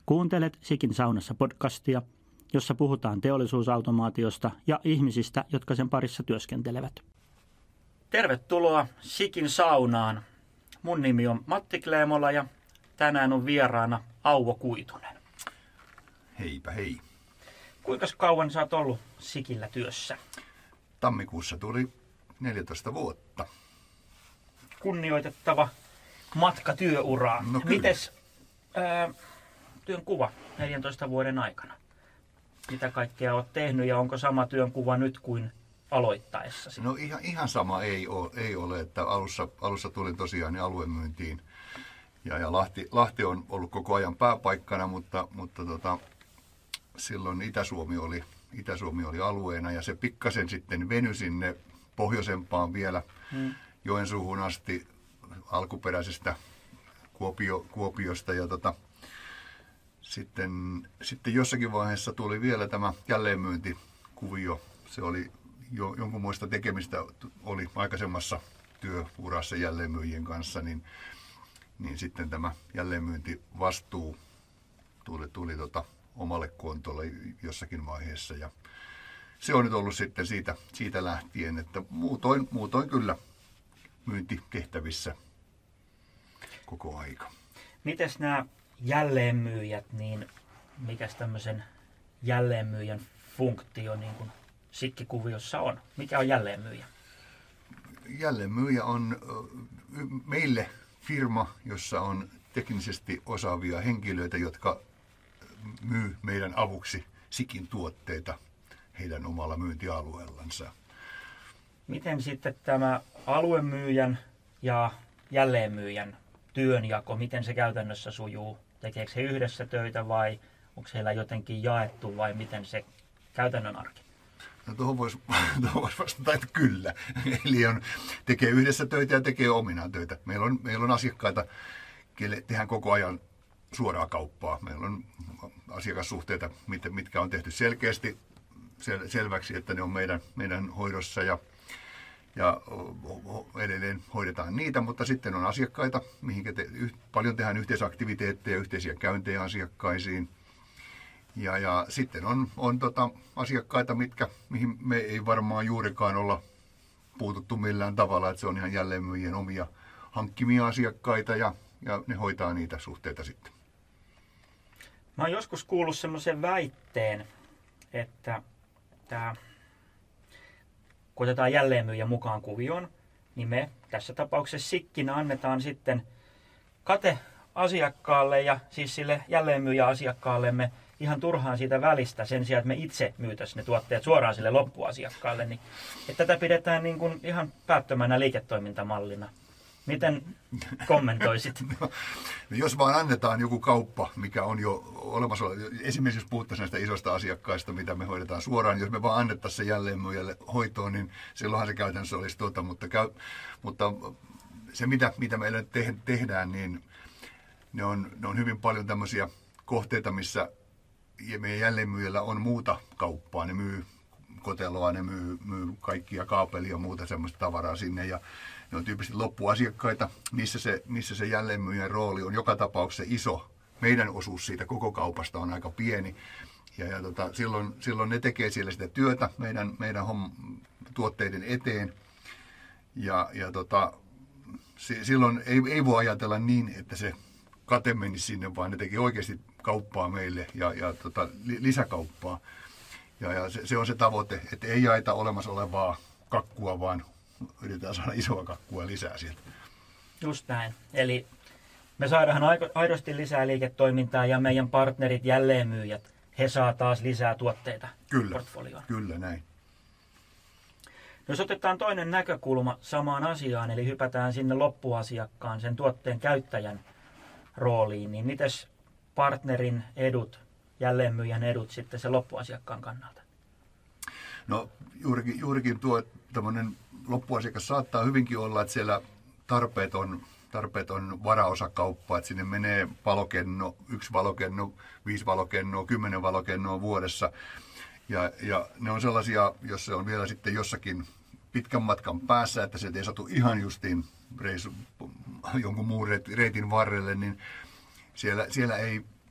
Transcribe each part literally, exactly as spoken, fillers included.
Kuuntelet Sikin saunassa podcastia, jossa puhutaan teollisuusautomaatiosta ja ihmisistä, jotka sen parissa työskentelevät. Tervetuloa Sikin saunaan. Mun nimi on Matti Kleemola ja tänään on vieraana Auvo Kuitunen. Heipä hei. Kuinka kauan sä oot ollut Sikillä työssä? Tammikuussa tuli neljätoista vuotta. Kunnioitettava matka työuraa. No Mites ää, työn kuva neljäntoista vuoden aikana? Mitä kaikkea oot tehnyt ja onko sama työn kuva nyt kuin aloittaessasi? No ihan, ihan sama ei ole, ei ole että alussa, alussa tulin tosiaan niin aluemyyntiin. Ja, ja Lahti, Lahti on ollut koko ajan pääpaikkana, mutta, mutta tota, silloin Itä-Suomi oli, Itä-Suomi oli alueena ja se pikkasen sitten venyi sinne pohjoisempaan vielä hmm. Joensuuhun asti alkuperäisestä Kuopio, Kuopiosta. Ja tota, sitten, sitten jossakin vaiheessa tuli vielä tämä jälleenmyyntikuvio. Se oli jo jonkunmoista tekemistä oli aikaisemmassa työurassa jälleenmyyjien kanssa, niin, niin sitten tämä jälleenmyyntivastuu tuli, tuli tota omalle kontolle jossakin vaiheessa. Ja se on nyt ollut sitten siitä, siitä lähtien, että muutoin, muutoin kyllä myyntitehtävissä koko aika. Mites nämä jälleenmyyjät, niin mikäs tämmöisen jälleenmyyjän funktio niin kuin Sikkikuviossa on? Mikä on jälleenmyyjä? Jälleenmyyjä on meille firma, jossa on teknisesti osaavia henkilöitä, jotka myy meidän avuksi Sikin tuotteita heidän omalla myyntialueellansa. Miten sitten tämä aluemyyjän ja jälleenmyyjän työnjako, miten se käytännössä sujuu? Tekeekö he yhdessä töitä vai onko heillä jotenkin jaettu vai miten se käytännön arki? No tuohon voisi vois vastata, että kyllä. Eli on, tekee yhdessä töitä ja tekee ominaan töitä. Meillä on, meillä on asiakkaita, kelle tehdään koko ajan suoraa kauppaa. Meillä on asiakassuhteita, mitkä on tehty selkeästi sel, selväksi, että ne on meidän, meidän hoidossa ja, ja edelleen hoidetaan niitä. Mutta sitten on asiakkaita, mihin te, paljon tehdään yhteisaktiviteetteja, yhteisiä käyntejä asiakkaisiin. Ja, ja sitten on, on tota asiakkaita, mitkä, mihin me ei varmaan juurikaan olla puututtu millään tavalla, että se on ihan jälleenmyyjien omia hankkimia asiakkaita ja, ja ne hoitaa niitä suhteita sitten. Mä oon joskus kuullut semmoisen väitteen, että tää, kun otetaan jälleenmyyjän mukaan kuvioon, niin me tässä tapauksessa Sikkinä annetaan sitten kate asiakkaalle ja siis sille jälleenmyyjän asiakkaallemme ihan turhaan siitä välistä sen sijaan, että me itse myytäisiin ne tuotteet suoraan sille loppuasiakkaalle. Niin, että tätä pidetään niin kuin ihan päättömänä liiketoimintamallina. Miten kommentoisit? No, no jos vaan annetaan joku kauppa, mikä on jo olemassa, esimerkiksi jos puhuttaisiin näistä isoista asiakkaista, mitä me hoidetaan suoraan, jos me vaan annettaisiin se jälleenmyyjälle hoitoon, niin silloinhan se käytännössä olisi tuota, mutta, käy, mutta se mitä, mitä meillä te, tehdään, niin ne on, ne on hyvin paljon tämmöisiä kohteita, missä ja meidän jälleenmyyjällä on muuta kauppaa. Ne myy koteloa, ne myy, myy kaikkia kaapelia ja muuta semmoista tavaraa sinne. Ja ne on tyypillisesti loppuasiakkaita, missä se, missä se jälleenmyyjän rooli on joka tapauksessa iso. Meidän osuus siitä koko kaupasta on aika pieni. Ja, ja tota, silloin, silloin ne tekee siellä sitä työtä meidän, meidän homm, tuotteiden eteen. Ja, ja tota, si, silloin ei, ei voi ajatella niin, että se kate menisi sinne, vaan ne teki oikeasti kauppaa meille ja, ja tota, lisäkauppaa. Ja, ja se, se on se tavoite, että ei jaeta olemassa olevaa kakkua, vaan yritetään saada isoa kakkua lisää sieltä. Just näin. Eli me saadaan aidosti lisää liiketoimintaa ja meidän partnerit, jälleenmyyjät, he saa taas lisää tuotteita kyllä, portfolioon. Kyllä, näin. Jos otetaan toinen näkökulma samaan asiaan, eli hypätään sinne loppuasiakkaan, sen tuotteen käyttäjän rooliin, niin mites partnerin edut, jälleenmyyjän edut sitten se loppuasiakkaan kannalta? No juurikin, juurikin tuo tämmöinen loppuasiakas saattaa hyvinkin olla, että siellä tarpeet on, tarpeet on varaosakauppa, että sinne menee valokenno, yksi valokenno, viisi valokennoa, kymmenen valokennoa vuodessa. Ja, ja ne on sellaisia, jos se on vielä sitten jossakin pitkän matkan päässä, että se ei satu ihan justiin reisu, jonkun muun reitin varrelle, niin siellä, siellä ei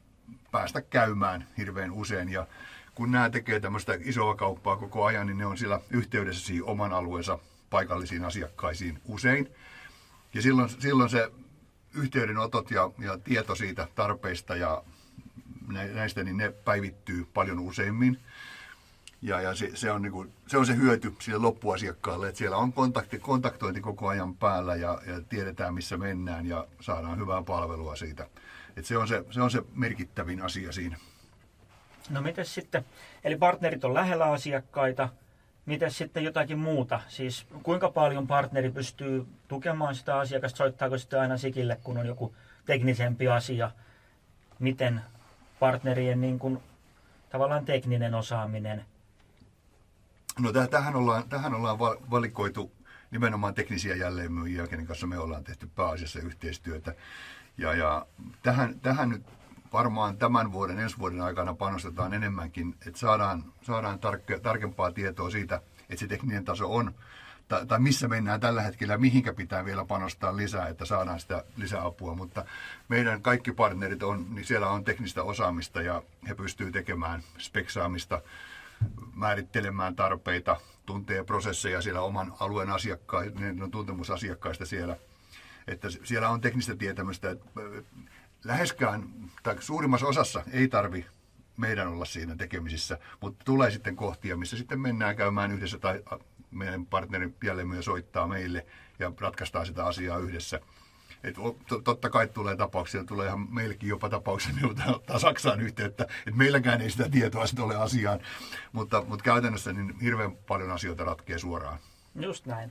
päästä käymään hirveän usein. Ja kun nämä tekee tämmöistä isoa kauppaa koko ajan, niin ne on siellä yhteydessä siihen oman alueensa paikallisiin asiakkaisiin usein. Ja silloin, silloin se yhteydenotot ja, ja tieto siitä tarpeista ja näistä, niin ne päivittyy paljon useimmin. Ja, ja se, se, on niinku, se on se hyöty sille loppuasiakkaalle, että siellä on kontakti, kontaktointi koko ajan päällä ja, ja tiedetään missä mennään ja saadaan hyvää palvelua siitä. Et se, on se, se on se merkittävin asia siinä. No mites sitten, eli partnerit on lähellä asiakkaita, mites sitten jotakin muuta? Siis kuinka paljon partneri pystyy tukemaan sitä asiakasta, soittaako sitten aina Sikille, kun on joku teknisempi asia? Miten partnerien niin kuin, tavallaan tekninen osaaminen? No tähän ollaan, tähän ollaan valikoitu nimenomaan teknisiä jälleenmyyjiä, kenen kanssa me ollaan tehty pääasiassa yhteistyötä. Ja, ja tähän, tähän nyt varmaan tämän vuoden, ensi vuoden aikana panostetaan enemmänkin, että saadaan, saadaan tarke, tarkempaa tietoa siitä, että se tekninen taso on, tai, tai missä mennään tällä hetkellä, mihinkä pitää vielä panostaa lisää, että saadaan sitä lisäapua. Mutta meidän kaikki partnerit on, niin siellä on teknistä osaamista ja he pystyvät tekemään speksaamista, määrittelemään tarpeita, tuntee prosesseja siellä oman alueen asiakkaista, ne on tuntemusasiakkaista siellä. Että siellä on teknistä tietämystä, että läheskään tai suurimmassa osassa ei tarvi meidän olla siinä tekemisissä, mutta tulee sitten kohtia, missä sitten mennään käymään yhdessä tai meidän partnerin jälleenmyyjä soittaa meille ja ratkaistaan sitä asiaa yhdessä. Et totta kai tulee tapauksia, tulee ihan meillekin jopa tapauksia, ne ottaa Saksaan yhteyttä, että meilläkään ei sitä tietoa sitten ole asiaan, mutta, mutta käytännössä niin hirveän paljon asioita ratkee suoraan. Just näin.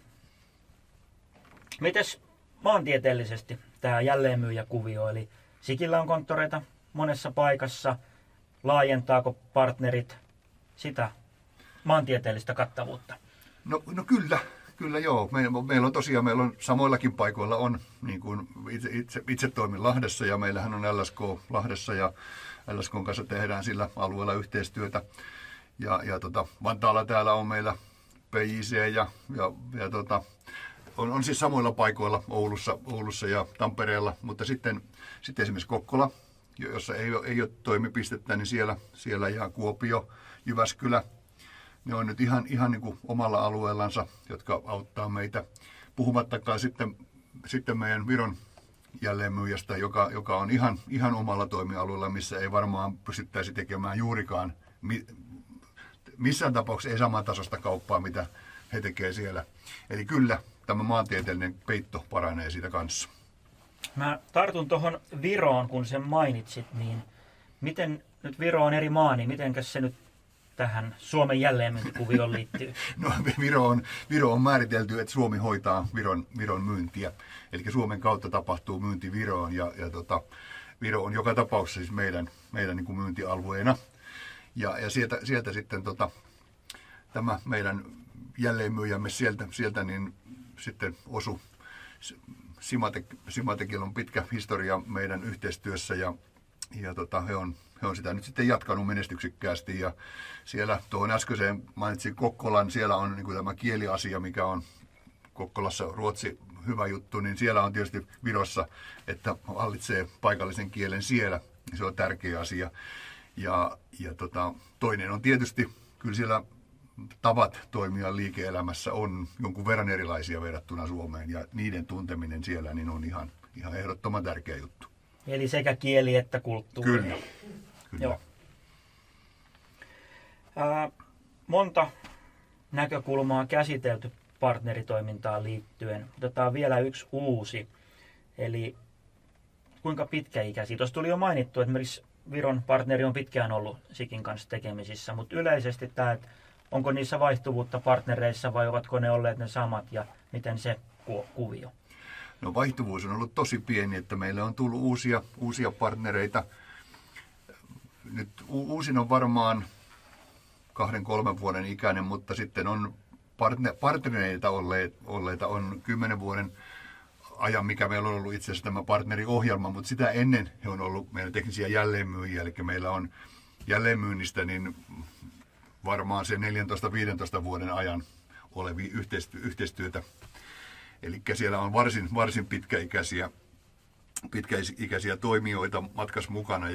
Mites maantieteellisesti tämä jälleenmyyjäkuvio, eli Sikillä on konttoreita monessa paikassa, laajentaako partnerit sitä maantieteellistä kattavuutta? No, no kyllä. Kyllä joo. Meillä, meillä on tosiaan, meillä on samoillakin paikoilla on, niin kuin itse, itse, itse toimin Lahdessa ja meillähän on L S K Lahdessa ja L S K:n kanssa tehdään sillä alueella yhteistyötä. Ja, ja tota, Vantaalla täällä on meillä P J C ja, ja, ja tota, on, on siis samoilla paikoilla Oulussa, Oulussa ja Tampereella, mutta sitten, sitten esimerkiksi Kokkola, jossa ei ole, ei ole toimipistettä, niin siellä, siellä ja Kuopio, Jyväskylä. Ne on nyt ihan, ihan niin kuin omalla alueellansa, jotka auttaa meitä. Puhumattakaan sitten, sitten meidän Viron jälleenmyyjästä, joka, joka on ihan, ihan omalla toimialueella, missä ei varmaan pystyttäisi tekemään juurikaan missään tapauksessa ei samantasoista kauppaa, mitä he tekevät siellä. Eli kyllä tämä maantieteellinen peitto paranee siitä kanssa. Mä tartun tuohon Viroon, kun sen mainitsit, niin miten nyt Viro on eri maa, niin mitenkäs se nyt tähän Suomen jälleenmyyntikuvioon liittyy? No Viro on, Viro on määritelty, että Suomi hoitaa Viron, Viron myyntiä. Eli Suomen kautta tapahtuu myynti Viroon ja, ja tota, Viro on joka tapauksessa siis meidän, meidän niin kuin myyntialueena. Ja, ja sieltä, sieltä sitten tota, tämä meidän jälleenmyyjämme sieltä, sieltä niin sitten osu. Simatek, Simatekilla on pitkä historia meidän yhteistyössä ja, ja tota, he on He on sitä nyt sitten jatkanut menestyksekkäästi ja siellä tuohon äskeiseen mainitsin Kokkolan, siellä on niin kuin tämä kieliasia, mikä on Kokkolassa ruotsi hyvä juttu, niin siellä on tietysti Virossa, että hallitsee paikallisen kielen siellä, se on tärkeä asia. Ja, ja tota, toinen on tietysti, kyllä siellä tavat toimia liike-elämässä on jonkun verran erilaisia verrattuna Suomeen ja niiden tunteminen siellä niin on ihan, ihan ehdottoman tärkeä juttu. Eli sekä kieli että kulttuuri. Kyllä. Kyllä. Joo. Ää, monta näkökulmaa käsitelty partneritoimintaan liittyen. Otetaan vielä yksi uusi. Eli kuinka pitkäikäisiä. Tuossa tuli jo mainittu, että esimerkiksi Viron partneri on pitkään ollut Sikin kanssa tekemisissä, mutta yleisesti tämä, että onko niissä vaihtuvuutta partnereissa vai ovatko ne olleet ne samat ja miten se kuvio? No vaihtuvuus on ollut tosi pieni, että meille on tullut uusia, uusia partnereita. Nyt uusin on varmaan kahden, kolmen vuoden ikäinen, mutta sitten on partner, partnereita olleet, olleita on kymmenen vuoden ajan, mikä meillä on ollut itse asiassa tämä partneriohjelma, mutta sitä ennen he on ollut meidän teknisiä jälleenmyyjiä, eli meillä on jälleenmyynnistä niin varmaan se neljätoista viisitoista vuoden ajan olevia yhteistyötä. Eli siellä on varsin, varsin pitkäikäisiä, pitkäikäisiä toimijoita matkas mukana ja,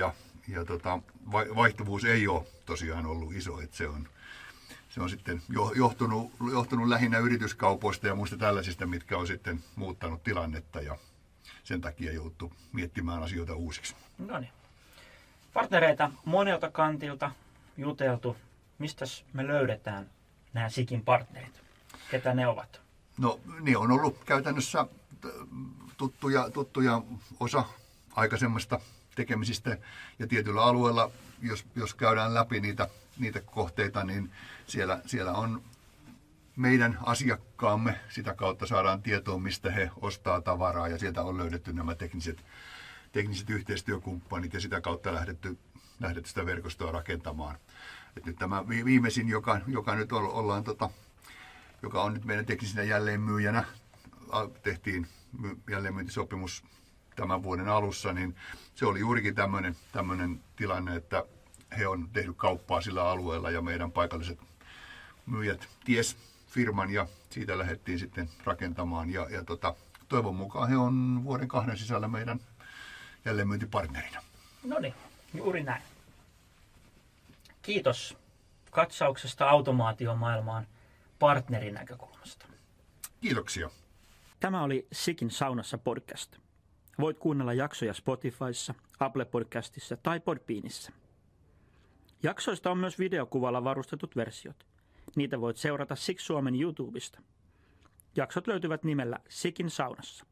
ja tota, vaihtuvuus ei ole tosiaan ollut iso, että se on, se on sitten johtunut, johtunut lähinnä yrityskaupoista ja muista tällaisista, mitkä on sitten muuttanut tilannetta ja sen takia joutuu miettimään asioita uusiksi. No niin. Partnereita monelta kantilta juteltu. Mistä me löydetään nämä Sikin partnerit? Ketä ne ovat? No, ne on ollut käytännössä tuttuja, tuttuja osa aikaisemmasta tekemisistä ja tietyllä alueella, jos, jos käydään läpi niitä, niitä kohteita, niin siellä, siellä on meidän asiakkaamme, sitä kautta saadaan tietoa, mistä he ostaa tavaraa ja sieltä on löydetty nämä tekniset, tekniset yhteistyökumppanit ja sitä kautta lähdetty, lähdetty sitä verkostoa rakentamaan. Et nyt tämä viimeisin, joka, joka nyt ollaan, tota, joka on nyt meidän teknisenä jälleenmyyjänä, tehtiin jälleenmyyntisopimus tämän vuoden alussa, niin se oli juurikin tämmöinen, tämmöinen tilanne, että he on tehnyt kauppaa sillä alueella ja meidän paikalliset myyjät ties firman ja siitä lähdettiin sitten rakentamaan ja, ja tota, toivon mukaan he on vuoden kahden sisällä meidän jälleenmyyntipartnerina. No niin, juuri näin. Kiitos katsauksesta automaatiomaailmaan partnerin näkökulmasta. Kiitoksia. Tämä oli Sikin saunassa podcast. Voit kuunnella jaksoja Spotifyssa, Apple Podcastissa tai Podbeanissa. Jaksoista on myös videokuvalla varustetut versiot. Niitä voit seurata Sik Suomen YouTubesta. Jaksot löytyvät nimellä Sikin saunassa.